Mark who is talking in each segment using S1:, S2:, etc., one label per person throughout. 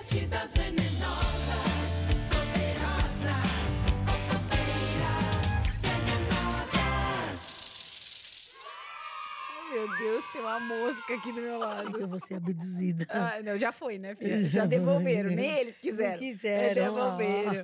S1: Vestidas venenosas, poderosas, fofoceiras, venenosas.
S2: Meu Deus, tem uma mosca aqui do meu lado.
S3: Eu vou ser abduzida.
S2: Ah, não, já foi, né, filha? Já devolveram, nem eles quiseram.
S3: Não quiseram.
S2: Devolveram.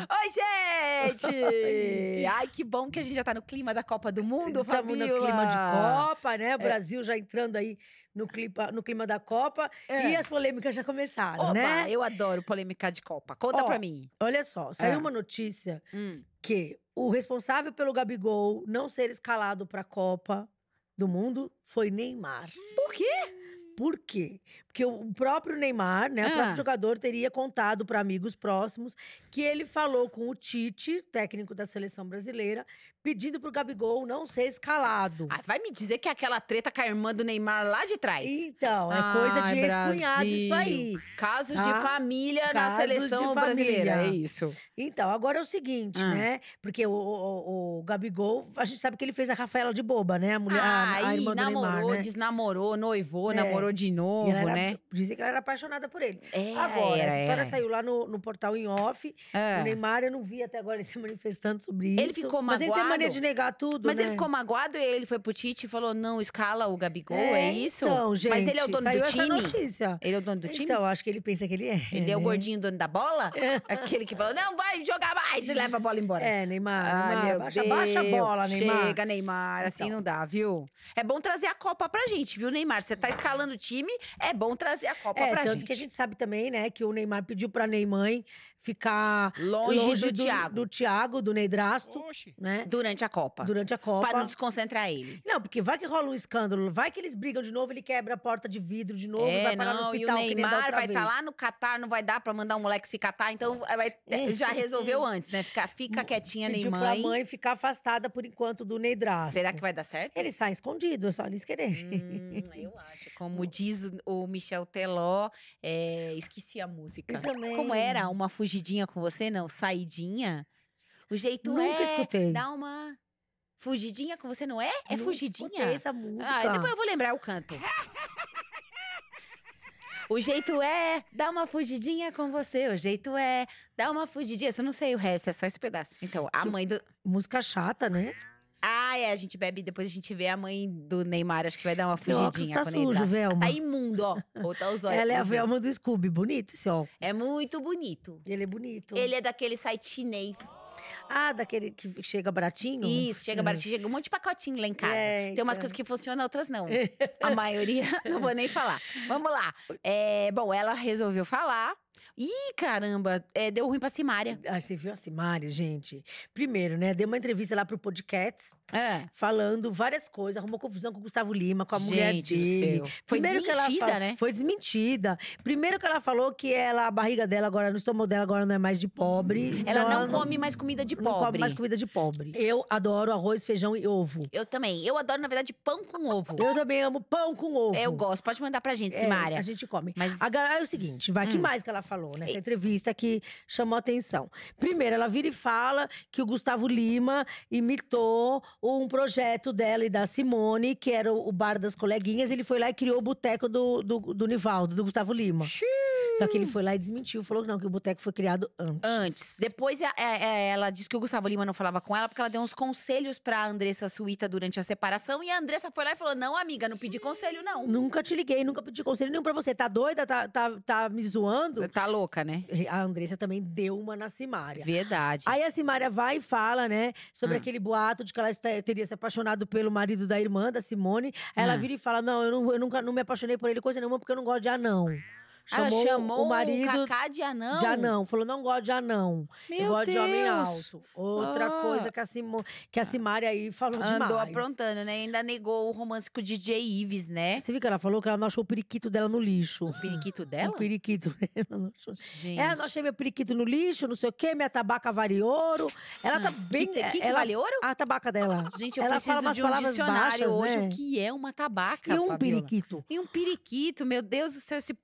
S2: Oi, gente! Ai, que bom que a gente já tá no clima da Copa do Mundo,
S3: Estamos
S2: Fabiola.
S3: no clima de Copa, né? O Brasil já entrando aí no clima da Copa.
S2: É.
S3: E as polêmicas já começaram,
S2: Oba,
S3: né?
S2: eu adoro polêmica de Copa. Conta
S3: Ó,
S2: pra mim.
S3: Olha só, saiu uma notícia que o responsável pelo Gabigol não ser escalado pra Copa do Mundo foi Neymar.
S2: Por quê?
S3: Por quê? Porque o próprio Neymar, né, o próprio jogador, teria contado para amigos próximos que ele falou com o Tite, técnico da seleção brasileira, pedindo pro Gabigol não ser escalado.
S2: Ah, vai me dizer que é aquela treta com a irmã do Neymar lá de trás.
S3: Então, é coisa de ex-cunhado isso aí.
S2: Casos
S3: tá?
S2: de família na
S3: Casos
S2: seleção
S3: de
S2: brasileira,
S3: família.
S2: é isso.
S3: Então, agora é o seguinte, né? Porque o Gabigol, a gente sabe que ele fez a Rafaela de boba, né? A mulher, a
S2: aí
S3: irmã do
S2: namorou,
S3: Neymar, né?
S2: desnamorou, noivou,
S3: É.
S2: namorou de
S3: E
S2: novo,
S3: ela era-
S2: né?
S3: Dizem que ela era apaixonada por ele.
S2: Era,
S3: Agora, essa história
S2: era.
S3: saiu lá no portal em off.
S2: É.
S3: O Neymar, eu não vi até agora ele se manifestando sobre isso.
S2: Ele ficou
S3: Mas ele tem
S2: magoado?
S3: mania de negar tudo,
S2: Mas
S3: né?
S2: ele ficou magoado e ele foi pro Tite e falou: não, escala o Gabigol, é isso?
S3: Então, gente,
S2: Mas ele é o dono
S3: saiu
S2: do
S3: essa
S2: time?
S3: notícia.
S2: Ele é o dono do time?
S3: Então, acho que ele pensa que ele é.
S2: Ele é o gordinho dono da bola? Aquele que falou: não, vai jogar mais e leva a bola embora.
S3: É, Neymar,
S2: Ai,
S3: Neymar,
S2: meu
S3: baixa a
S2: Deus.
S3: bola, Neymar.
S2: Chega, Neymar, assim
S3: Então.
S2: não dá, viu? É bom trazer a Copa pra gente, viu, Neymar? Você tá escalando o time, é bom trazer a Copa pra
S3: tanto
S2: gente.
S3: que a gente sabe também, né, que o Neymar pediu pra Neymar ficar
S2: Longe do Thiago.
S3: do Thiago, do Neidrasto,
S4: Oxi.
S3: né?
S2: Durante a Copa.
S3: Durante a Copa.
S2: Pra não desconcentrar ele.
S3: Não, porque vai que rola um escândalo, vai que eles brigam de novo, ele quebra a porta de vidro de novo, vai parar no
S2: não,
S3: hospital,
S2: e o
S3: que nem da
S2: Neymar
S3: outra
S2: vai
S3: vez.
S2: estar lá no Catar, não vai dar pra mandar o moleque se catar, então já resolveu antes, né? Fica quietinha,
S3: Pediu
S2: Neymar.
S3: pra mãe ficar afastada por enquanto do Neidrasto.
S2: Será que vai dar certo?
S3: Eles saem escondidos, é só eles quererem.
S2: Eu acho. Como diz o Michel Teló, esqueci a música.
S3: Eu também.
S2: Como era? Uma fugidinha com você? Não, saidinha? O jeito
S3: Nunca escutei.
S2: dar uma fugidinha com você, não é? É
S3: Nunca
S2: fugidinha?
S3: escutei essa música.
S2: Ah, depois eu vou lembrar o canto. O jeito é dar uma fugidinha com você. O jeito é dar uma fugidinha. Eu não sei o resto, é só esse pedaço. Então, a mãe do…
S3: Música chata, né?
S2: Ah, a gente bebe, depois a gente vê a mãe do Neymar, acho que vai dar uma
S3: Seu óculos
S2: fugidinha
S3: tá
S2: com o
S3: sujo,
S2: Neymar.
S3: Velma.
S2: Tá imundo, ó. Botar os olhos.
S3: Ela é a Velma do Scooby, bonito esse ó.
S2: É muito bonito.
S3: Ele é bonito.
S2: Ele é daquele site chinês.
S3: Ah, daquele que chega baratinho?
S2: Isso, chega baratinho, chega um monte de pacotinho lá em casa.
S3: É,
S2: Tem umas
S3: então.
S2: coisas que funcionam, outras não. A maioria, não vou nem falar. Vamos lá. Bom, ela resolveu falar. Ih, caramba, deu ruim pra Simária.
S3: Ah, você viu a Simária, gente? Primeiro, né, deu uma entrevista lá pro Podcast, falando várias coisas, arrumou confusão com o Gustavo Lima, com a mulher
S2: Gente do
S3: dele.
S2: céu. Foi desmentida, né?
S3: Foi desmentida. Primeiro que ela falou que a barriga dela agora, no estômago dela agora não é mais de pobre.
S2: Ela
S3: então
S2: não come mais comida de
S3: não come
S2: pobre.
S3: mais comida de pobre. Eu adoro arroz, feijão e ovo.
S2: Eu também. Eu adoro, na verdade, pão com ovo.
S3: Eu também amo pão com ovo.
S2: Eu gosto. Pode mandar pra gente,
S3: É,
S2: Simária.
S3: a gente come.
S2: Mas-
S3: Agora é o seguinte, vai, que mais que ela falou nessa entrevista que chamou atenção? Primeiro, ela vira e fala que o Gustavo Lima imitou um projeto dela e da Simone, que era o Bar das Coleguinhas. Ele foi lá e criou o boteco do Nivaldo, do Gustavo Lima. Só que ele foi lá e desmentiu, falou que não, que o boteco foi criado antes.
S2: Depois ela disse que o Gustavo Lima não falava com ela porque ela deu uns conselhos pra Andressa Suíta durante a separação. E a Andressa foi lá e falou: não, amiga, não pedi conselho, não.
S3: Nunca te liguei, nunca pedi conselho nenhum pra você. Tá doida? Tá me zoando?
S2: Tá louca, né?
S3: A Andressa também deu uma na Simária.
S2: Verdade.
S3: Aí a Simária vai e fala, né, sobre aquele boato de que ela teria se apaixonado pelo marido da irmã, da Simone. Aí ela vira e fala: não, eu nunca não me apaixonei por ele coisa nenhuma porque eu não gosto de anão.
S2: Ela chamou
S3: o marido
S2: Cacá de anão?
S3: de anão. Falou, não gosto de anão.
S2: Meu
S3: eu gosto de homem
S2: Deus.
S3: alto. Outra coisa que a Simária aí falou demais.
S2: Andou aprontando, né? Ainda negou o romance com o DJ Ives, né?
S3: Você viu que ela falou que ela não achou o periquito dela no lixo.
S2: O periquito dela?
S3: O periquito. Ela não achou.
S2: Gente.
S3: Não achei meu periquito no lixo, não sei o quê, minha tabaca vale ouro. Ela tá bem…
S2: que
S3: ela,
S2: vale ouro?
S3: A tabaca dela.
S2: Gente, eu
S3: ela
S2: preciso
S3: fala umas
S2: de um
S3: palavras
S2: dicionário
S3: baixas,
S2: hoje.
S3: né?
S2: O que é uma tabaca,
S3: E um
S2: Fabiola?
S3: periquito.
S2: E um periquito, meu Deus do céu, esse povo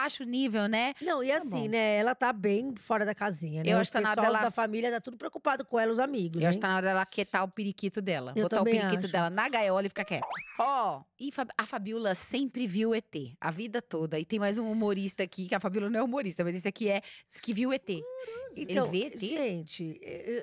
S2: baixo nível, né?
S3: Não, e
S2: Tá
S3: assim,
S2: bom.
S3: né? Ela tá bem fora da casinha, né?
S2: Eu
S3: O
S2: acho que tá na hora
S3: pessoal
S2: dela-
S3: da família tá tudo preocupado com ela, os amigos,
S2: Eu acho
S3: hein?
S2: que tá na hora dela quietar o periquito dela.
S3: Eu
S2: Botar o
S3: também
S2: periquito
S3: acho.
S2: dela na gaiola e ficar quieta. Ó, e a Fabiola sempre viu ET, a vida toda. E tem mais um humorista aqui, que a Fabiola não é humorista, mas esse aqui diz que viu ET.
S3: Então,
S2: Ele vê ET?
S3: gente,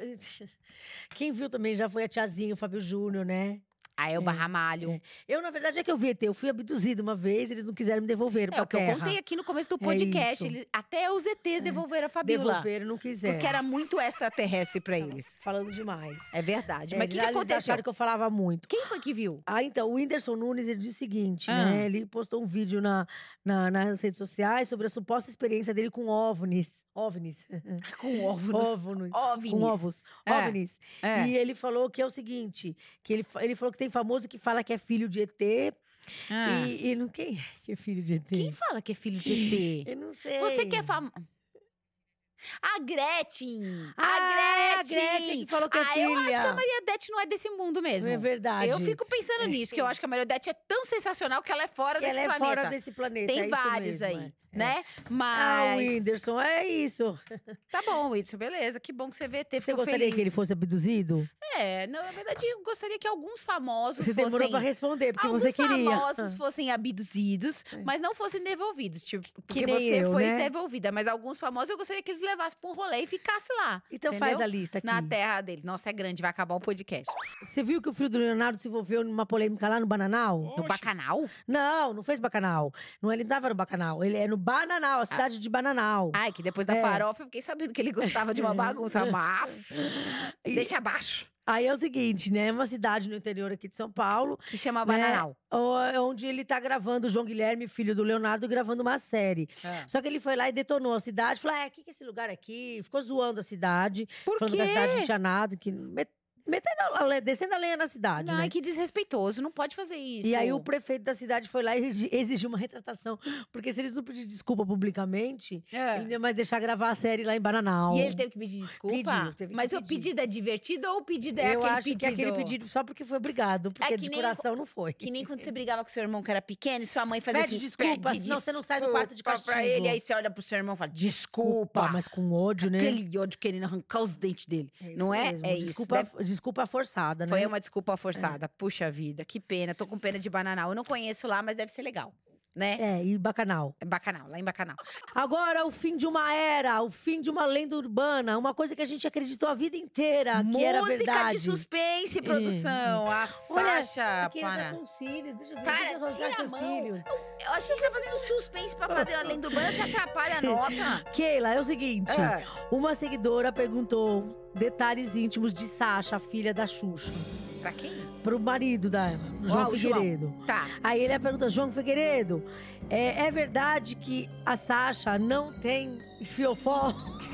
S3: quem viu também já foi a tiazinha, o Fábio Júnior, né?
S2: Ah, é o Barramalho.
S3: é. Eu, na verdade, é que eu vi ET. Eu fui abduzida uma vez, eles não quiseram me devolver
S2: É
S3: pra
S2: o que eu
S3: terra.
S2: contei aqui no começo do
S3: É
S2: podcast.
S3: isso.
S2: Até os ETs devolveram a Fabiola.
S3: Devolveram, não quiseram.
S2: Porque era muito extraterrestre pra eles.
S3: Falando demais.
S2: É verdade.
S3: É,
S2: Mas o que
S3: eles
S2: aconteceu?
S3: acharam que eu falava muito.
S2: Quem foi que viu?
S3: Ah, então, o Whindersson Nunes, ele disse o seguinte,
S2: Ah.
S3: né? Ele postou um vídeo nas redes sociais sobre a suposta experiência dele com OVNIs. OVNIs.
S2: Com óvulos.
S3: OVNIs.
S2: OVNIs.
S3: Com ovos.
S2: É,
S3: OVNIs.
S2: é.
S3: E ele falou que é o seguinte, que ele falou que tem famoso que fala que é filho de ET.
S2: Ah.
S3: E não, quem é que é filho de ET?
S2: Quem fala que é filho de ET?
S3: Eu não sei.
S2: Você que é famoso. A Gretchen!
S3: Ah, é a Gretchen que falou que é
S2: Eu acho que a
S3: filha.
S2: Maria Odete não é desse mundo mesmo.
S3: É verdade.
S2: Eu fico pensando nisso, que eu acho que a Maria Odete é tão sensacional que ela é fora
S3: que
S2: desse
S3: ela é
S2: planeta.
S3: fora desse planeta.
S2: Tem
S3: é isso
S2: vários
S3: mesmo,
S2: aí,
S3: é.
S2: né?
S3: Ah,
S2: Mas.
S3: o Whindersson, é isso.
S2: Tá bom, Whitson, beleza. Que bom que você vê ET.
S3: Você
S2: Fico
S3: gostaria
S2: feliz.
S3: que ele fosse abduzido?
S2: É, não, na verdade, eu gostaria que alguns famosos
S3: Você demorou
S2: fossem.
S3: pra responder, porque
S2: Alguns
S3: você queria.
S2: famosos fossem abduzidos, mas não fossem devolvidos. Tipo, porque
S3: nem
S2: você
S3: eu,
S2: foi
S3: né?
S2: devolvida. Mas alguns famosos eu gostaria que eles levassem pra um rolê e ficassem lá.
S3: Então
S2: entendeu?
S3: faz a lista aqui.
S2: Na terra deles. Nossa, é grande, vai acabar o podcast.
S3: Você viu que o filho do Leonardo se envolveu numa polêmica lá no Bananal?
S2: No Bacanal?
S3: Não, não fez Bacanal. Não, ele não tava no Bacanal. Ele é no Bananal, a cidade de Bananal.
S2: Ai, que depois da
S3: É.
S2: farofa eu fiquei sabendo que ele gostava de uma bagunça, mas.
S3: E-
S2: Deixa abaixo.
S3: Aí é o seguinte, né? É uma cidade no interior aqui de São Paulo,
S2: Que chama
S3: né?
S2: Bananal.
S3: Onde ele tá gravando, o João Guilherme, filho do Leonardo, gravando uma série.
S2: É.
S3: Só que ele foi lá e detonou a cidade. Falou, o que é esse lugar aqui? Ficou zoando a cidade.
S2: Por
S3: falando
S2: quê?
S3: que a cidade não tinha nada, que descendo a lenha na cidade,
S2: Ai,
S3: né?
S2: que desrespeitoso, não pode fazer isso.
S3: E aí o prefeito da cidade foi lá e exigiu uma retratação. Porque se eles não pedirem desculpa publicamente,
S2: É.
S3: ele não ia mais deixar gravar a série lá em Bananal.
S2: E ele teve que pedir desculpa?
S3: Pediu, teve que
S2: Mas o
S3: pedir.
S2: pedido é divertido ou o pedido é
S3: Eu
S2: aquele
S3: acho
S2: pedido?
S3: que é aquele pedido só porque foi obrigado. Porque
S2: que
S3: de
S2: nem-
S3: coração não foi.
S2: Que nem quando você brigava com seu irmão que era pequeno e sua mãe fazia
S3: Pede
S2: assim,
S3: desculpa,
S2: "Pede
S3: senão você não sai do quarto de
S2: desculpa pra
S3: castigo."
S2: ele, aí você olha pro seu irmão e fala, desculpa.
S3: Mas com ódio, né?
S2: Aquele ódio querendo arrancar os dentes dele.
S3: É isso
S2: não é?
S3: mesmo.
S2: É isso.
S3: Desculpa, desculpa forçada, né?
S2: Foi uma desculpa forçada. Puxa vida, que pena. Tô com pena de Bananal. Eu não conheço lá, mas deve ser legal, né?
S3: É, e Bacanal.
S2: É Bacanal, lá em Bacanal.
S3: Agora, o fim de uma era, o fim de uma lenda urbana, uma coisa que a gente acreditou a vida inteira, que era
S2: Música
S3: verdade.
S2: de suspense, produção. A
S3: Olha,
S2: Sasha,
S3: aqui ele tá
S2: para.
S3: com cílios, deixa eu ver,
S2: Para,
S3: deixa eu arrancar
S2: tira
S3: seu
S2: a mão.
S3: cílio.
S2: Eu achei que você tá fazendo suspense pra fazer a lenda urbana, você atrapalha a nota.
S3: Keila, é o seguinte,
S2: É.
S3: uma seguidora perguntou detalhes íntimos de Sasha, a filha da Xuxa,
S2: Pra quem?
S3: pro marido da
S2: Ó,
S3: João
S2: o
S3: Figueiredo.
S2: Tá.
S3: Aí ele perguntou, João Figueiredo, é verdade que a Sasha não tem fiofó?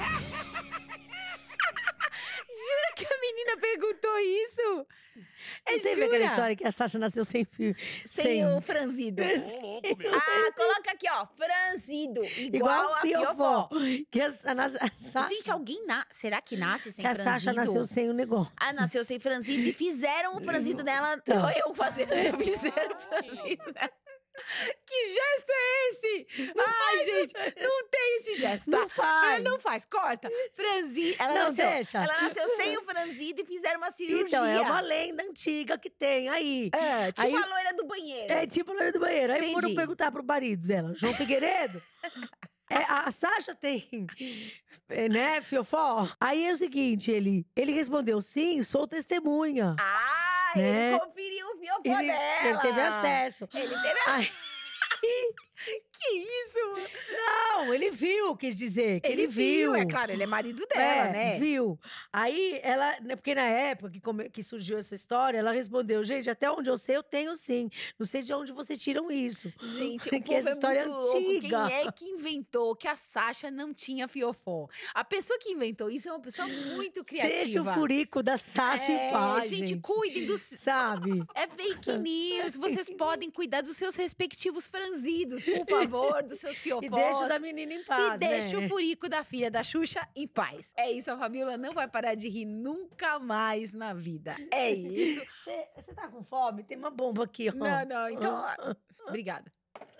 S2: Jura que a menina perguntou isso?
S3: Não teve aquela história que a Sasha nasceu sem fio?
S2: Sem o franzido. Ah, coloca aqui, ó. Franzido. Igual a fiofó.
S3: Que a Sasha,
S2: Gente, alguém será que nasce sem
S3: que a
S2: franzido?
S3: Sasha nasceu sem o negócio.
S2: Ah, nasceu sem franzido e fizeram o franzido dela.
S3: Então.
S2: Ou eu fazendo, eu fizeram o franzido dela. Que gesto é esse? Ai, gente, não tem esse gesto, tá?
S3: Não faz.
S2: Não faz, corta. Franzido. Ela
S3: Não,
S2: nasceu,
S3: deixa.
S2: Ela nasceu sem o franzido e fizeram uma cirurgia.
S3: Então, é uma lenda antiga que tem aí.
S2: É, tipo
S3: Aí-
S2: a loira do banheiro.
S3: É tipo a loira do banheiro. Aí foram
S2: Entendi.
S3: perguntar pro marido dela, João Figueiredo. A Sasha tem, né, fiofó? Aí é o seguinte, ele respondeu, sim, sou testemunha.
S2: Ah,
S3: Né?
S2: ele conferiu o fiofó
S3: Ele,
S2: dela.
S3: ele teve acesso.
S2: Ele teve
S3: Aí-
S2: Que isso?
S3: Não, ele viu, quis dizer. Que ele viu.
S2: É claro, ele é marido dela, né?
S3: Viu. Aí ela, né, porque na época que surgiu essa história, ela respondeu: gente, até onde eu sei, eu tenho sim. Não sei de onde vocês tiram isso.
S2: Gente, o
S3: Que
S2: povo
S3: essa história
S2: é muito louco.
S3: antiga.
S2: Quem é que inventou que a Sasha não tinha fiofó? A pessoa que inventou isso é uma pessoa muito criativa.
S3: Deixa o furico da Sasha em paz,
S2: gente, cuidem dos...
S3: Sabe?
S2: É fake news. Vocês podem cuidar dos seus respectivos franzidos, por favor, dos seus fiofós.
S3: E deixa o da menina em paz,
S2: E deixa
S3: né?
S2: o furico da filha da Xuxa em paz. É isso, a Fabiola não vai parar de rir nunca mais na vida. É isso.
S3: Você tá com fome? Tem uma bomba aqui, ó.
S2: Não, então. Obrigada.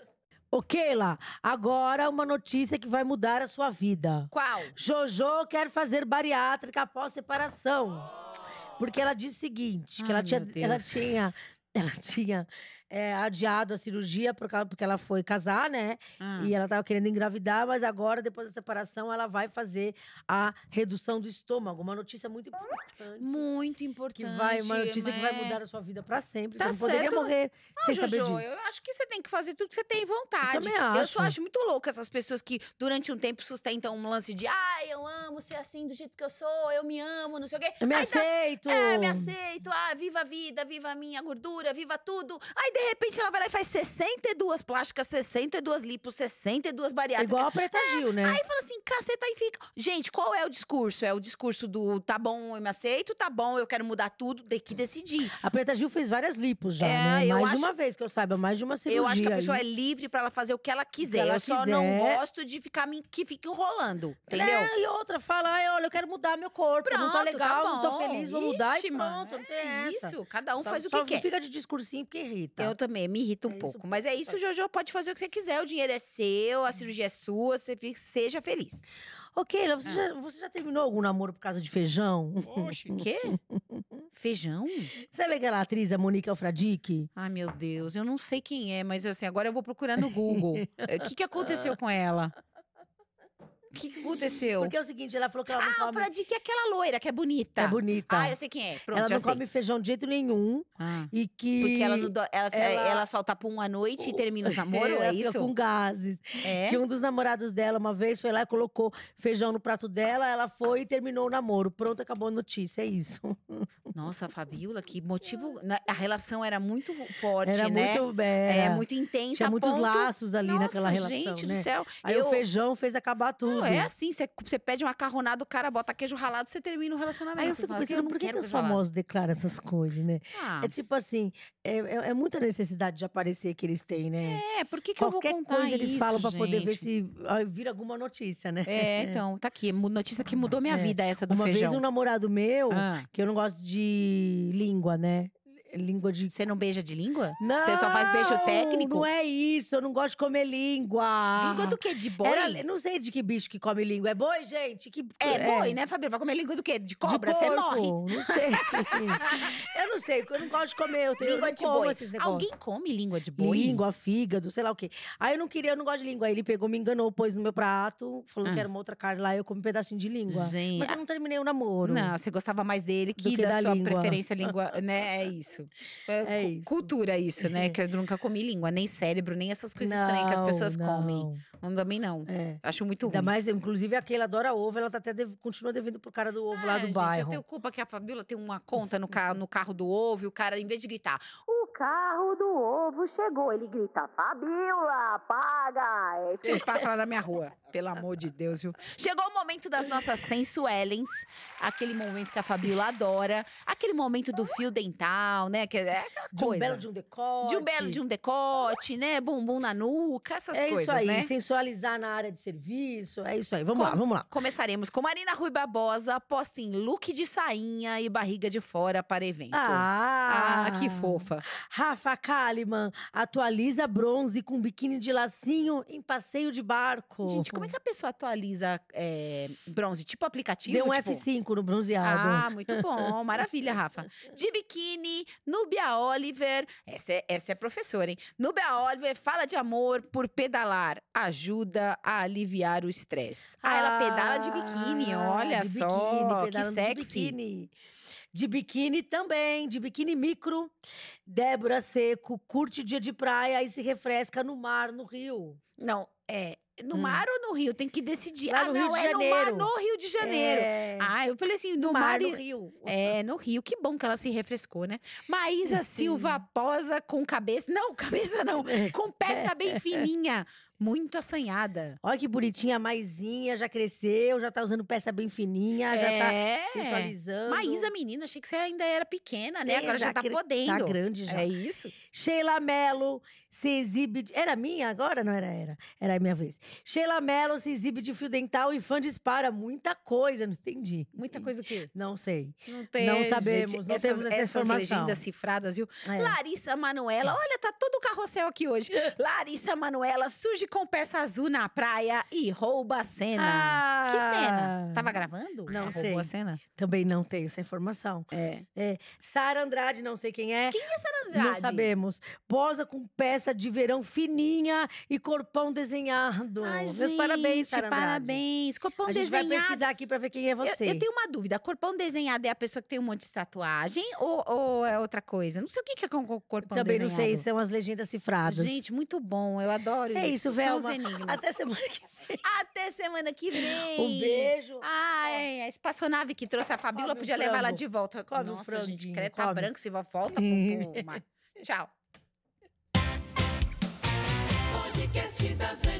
S3: Ô, Keila, agora uma notícia que vai mudar a sua vida.
S2: Qual?
S3: Jojo quer fazer bariátrica após separação. Porque ela disse o seguinte, que
S2: Ai,
S3: ela tinha,
S2: meu Deus.
S3: ela tinha adiado a cirurgia porque ela foi casar, né? E ela tava querendo engravidar, mas agora, depois da separação, ela vai fazer a redução do estômago. Uma notícia muito importante.
S2: Muito importante.
S3: Uma notícia que vai
S2: mas-
S3: mudar a sua vida pra sempre.
S2: Tá
S3: Você não poderia
S2: certo.
S3: morrer sem
S2: Não,
S3: saber
S2: Jojo,
S3: disso.
S2: eu acho que você tem que fazer tudo que você tem vontade.
S3: Eu também
S2: Eu
S3: acho.
S2: só acho muito louco essas pessoas que, durante um tempo, sustentam um lance de ai, eu amo ser assim do jeito que eu sou, eu me amo, não sei o quê.
S3: Eu me
S2: Aí
S3: aceito.
S2: me aceito, viva a vida, viva a minha gordura, viva tudo. Aí, de repente, ela vai lá e faz 62 plásticas, 62 lipos, 62
S3: É
S2: bariátricas.
S3: igual a Preta Gil, né?
S2: Aí fala assim, caceta, aí fica. Gente, qual é o discurso? É o discurso do tá bom, eu me aceito, tá bom, eu quero mudar tudo, tem que decidir.
S3: A Preta Gil fez várias lipos já,
S2: É,
S3: né?
S2: eu
S3: Mais de
S2: acho-
S3: uma vez, que eu saiba, mais de uma cirurgia.
S2: Eu acho que a pessoa
S3: aí.
S2: é livre pra ela fazer o que ela quiser.
S3: ela
S2: Eu só não
S3: quiser.
S2: gosto de que fique enrolando, entendeu?
S3: É, e outra, fala, ai, olha, eu quero mudar meu corpo. não tá
S2: Pronto,
S3: legal,
S2: tá
S3: não tô
S2: bom.
S3: feliz, vou mudar
S2: Ixi,
S3: e
S2: mano,
S3: pronto, não tem
S2: é
S3: essa.
S2: isso, cada um
S3: Só-
S2: faz o
S3: só
S2: que quer.
S3: fica de discursinho porque irrita.
S2: Eu também, me irrita um
S3: É isso
S2: pouco.
S3: mesmo,
S2: Mas é
S3: isso
S2: isso,
S3: aí.
S2: Jojo, pode fazer o que você quiser. O dinheiro é seu, a cirurgia é sua, seja feliz.
S3: Ô, Keila, você já terminou algum namoro por causa de feijão?
S2: Oxi. O quê? Feijão?
S3: Sabe aquela atriz, a Monique Alfradique?
S2: Ai, meu Deus, eu não sei quem é, mas assim, agora eu vou procurar no Google. O que aconteceu com ela? O que aconteceu?
S3: Porque é o seguinte, ela falou que ela não
S2: Ah, o
S3: come…
S2: Fradique é aquela loira que é bonita.
S3: É bonita.
S2: Ah, eu sei quem é. Pronto,
S3: ela
S2: já
S3: não
S2: sei.
S3: come feijão de jeito nenhum.
S2: Ah,
S3: E que…
S2: porque ela, não
S3: ela-
S2: ela solta pum à noite e termina os namoros,
S3: ela
S2: é
S3: fica
S2: isso?
S3: com gases.
S2: É?
S3: Que um dos namorados dela, uma vez, foi lá e colocou feijão no prato dela. Ela foi e terminou o namoro. Pronto, acabou a notícia, é isso.
S2: Nossa, Fabiola, que motivo… A relação era muito forte,
S3: Era
S2: né?
S3: muito…
S2: É, muito intensa.
S3: Tinha
S2: a
S3: muitos
S2: ponto-
S3: laços ali
S2: Nossa,
S3: naquela relação,
S2: gente
S3: né?
S2: do céu.
S3: Aí
S2: eu…
S3: o feijão fez acabar tudo.
S2: Não, é assim, você pede uma macarronada, o cara bota queijo ralado, você termina o relacionamento.
S3: Aí eu
S2: Você
S3: fico
S2: fala assim,
S3: pensando,
S2: não
S3: por que,
S2: quero
S3: que os
S2: queijo ralado.
S3: famosos declaram essas coisas, né?
S2: Ah,
S3: É tipo assim, é muita necessidade de aparecer que eles têm, né?
S2: por que
S3: Qualquer
S2: eu vou contar
S3: coisa eles
S2: isso,
S3: falam pra poder ver
S2: gente?
S3: se vira alguma notícia, né?
S2: É, então, tá aqui. Notícia que mudou minha
S3: É.
S2: vida, essa do
S3: Uma
S2: feijão.
S3: vez um namorado meu,
S2: Ah,
S3: que eu não gosto de língua, né? Língua de…
S2: você não beija de língua?
S3: Não!
S2: Você só faz beijo técnico?
S3: Não é isso, eu não gosto de comer língua.
S2: Língua do quê? De boi?
S3: Não sei de que bicho que come língua. É boi, gente?
S2: É boi, né, Fabiola? Vai comer língua do quê? De
S3: De
S2: cobra? Você
S3: porco,
S2: morre.
S3: Não sei. Eu não sei, eu não gosto de comer. Eu
S2: Língua
S3: não
S2: de
S3: como
S2: boi.
S3: esses negócios.
S2: Alguém come língua de boi?
S3: Língua, fígado, sei lá o quê. Aí eu não gosto de língua. Aí ele pegou, me enganou, pôs no meu prato, falou que era uma outra carne lá, eu comi um pedacinho de língua.
S2: Gente,
S3: Mas eu não terminei o namoro.
S2: não, você gostava mais dele
S3: Do
S2: que
S3: que
S2: da
S3: da
S2: sua
S3: língua.
S2: preferência língua, né? É isso.
S3: É isso.
S2: Cultura isso, né? Que eu nunca comi língua, nem cérebro, nem essas coisas estranhas que as pessoas comem. Não também não.
S3: É.
S2: Acho muito
S3: Ainda
S2: ruim.
S3: mais, inclusive, a Keila adora ovo, ela tá até continua devendo pro cara do ovo lá do
S2: gente,
S3: bairro.
S2: eu tenho culpa que a Fabiola tem uma conta no carro do ovo e o cara, em vez de gritar, o carro do ovo chegou, ele grita, Fabiola, paga! É isso que ele passa lá na minha rua. Pelo amor de Deus, viu? Chegou o momento das nossas sensuelens, aquele momento que a Fabiola adora, aquele momento do fio dental, né? Que é aquela
S3: De um
S2: coisa.
S3: belo de um decote.
S2: De um decote, né? Bumbum na nuca, essas
S3: É
S2: coisas,
S3: isso aí,
S2: né?
S3: sensualizar na área de serviço, é isso aí. Vamos lá, vamos lá.
S2: Começaremos com Marina Rui Barbosa, posta em look de sainha e barriga de fora para evento. Que fofa.
S3: Rafa Kalimann atualiza bronze com biquíni de lacinho em passeio de barco.
S2: Gente, como é que a pessoa atualiza bronze? Tipo aplicativo?
S3: Deu um
S2: tipo…
S3: F5 no bronzeado.
S2: Ah, muito bom. Maravilha, Rafa. De biquíni, Núbia Oliver. Essa é professora, hein? Núbia Oliver fala de amor por pedalar. Ajuda a aliviar o estresse. Ela pedala de biquíni, olha
S3: de
S2: só.
S3: Biquíni,
S2: Que
S3: pedalando
S2: sexy.
S3: de biquíni. De biquíni também, de biquíni micro. Débora Seco curte dia de praia e se refresca no mar, no rio.
S2: Não, no mar ou no Rio? Tem que decidir.
S3: Lá no Rio de
S2: é
S3: Janeiro.
S2: no mar, no Rio de Janeiro.
S3: É,
S2: Ah, eu falei assim, no
S3: mar,
S2: mar…
S3: no rio.
S2: É, no Rio. Que bom que ela se refrescou, né? Maísa Silva posa com cabeça… Não, cabeça não. Com peça bem fininha. Muito assanhada.
S3: Olha que bonitinha, a Maisinha já cresceu, já tá usando peça bem fininha, já tá sensualizando.
S2: Maísa, menina, achei que você ainda era pequena, né?
S3: É,
S2: Agora já tá
S3: Tá
S2: podendo.
S3: grande já.
S2: É isso?
S3: Sheila Mello se exibe… Era minha agora? Não era. Era a minha vez. Sheila Mello se exibe de fio dental e fã dispara. Muita coisa, não entendi.
S2: Muita coisa o quê?
S3: Não sei.
S2: Não tem,
S3: Não sabemos,
S2: gente.
S3: não temos essa
S2: essas
S3: informação.
S2: legendas cifradas, viu?
S3: É.
S2: Larissa Manoela, olha, tá todo o carrossel aqui hoje. Larissa Manoela surge com peça azul na praia e rouba a cena. Que cena? Tava gravando?
S3: Não
S2: Ela
S3: sei.
S2: Roubou a cena?
S3: Também não tenho essa informação. Sara Andrade, não sei quem é.
S2: Quem é Sara Andrade?
S3: Não sabemos. Posa com peça de verão fininha e corpão desenhado.
S2: Ai,
S3: Meus parabéns,
S2: gente,
S3: Sara Andrade.
S2: parabéns. Corpão
S3: A gente vai
S2: desenhado.
S3: pesquisar aqui pra ver quem é você.
S2: Eu tenho uma dúvida. Corpão desenhado é a pessoa que tem um monte de tatuagem ou é outra coisa? Não sei o que é corpão
S3: Também
S2: desenhado.
S3: não sei, são as legendas cifradas.
S2: Gente, muito bom. Eu adoro isso.
S3: é isso,
S2: São
S3: Velma.
S2: os enigmas.
S3: Até semana que vem.
S2: Até semana que vem.
S3: Um beijo.
S2: Ai, a espaçonave que trouxe a Fabíola
S3: Come um
S2: podia levar ela
S3: frango.
S2: de volta.
S3: Come um
S2: Nossa, gente,
S3: franguinho,
S2: credo, tá
S3: come.
S2: branco, se volta. Tchau.
S1: Podcast das Velhas.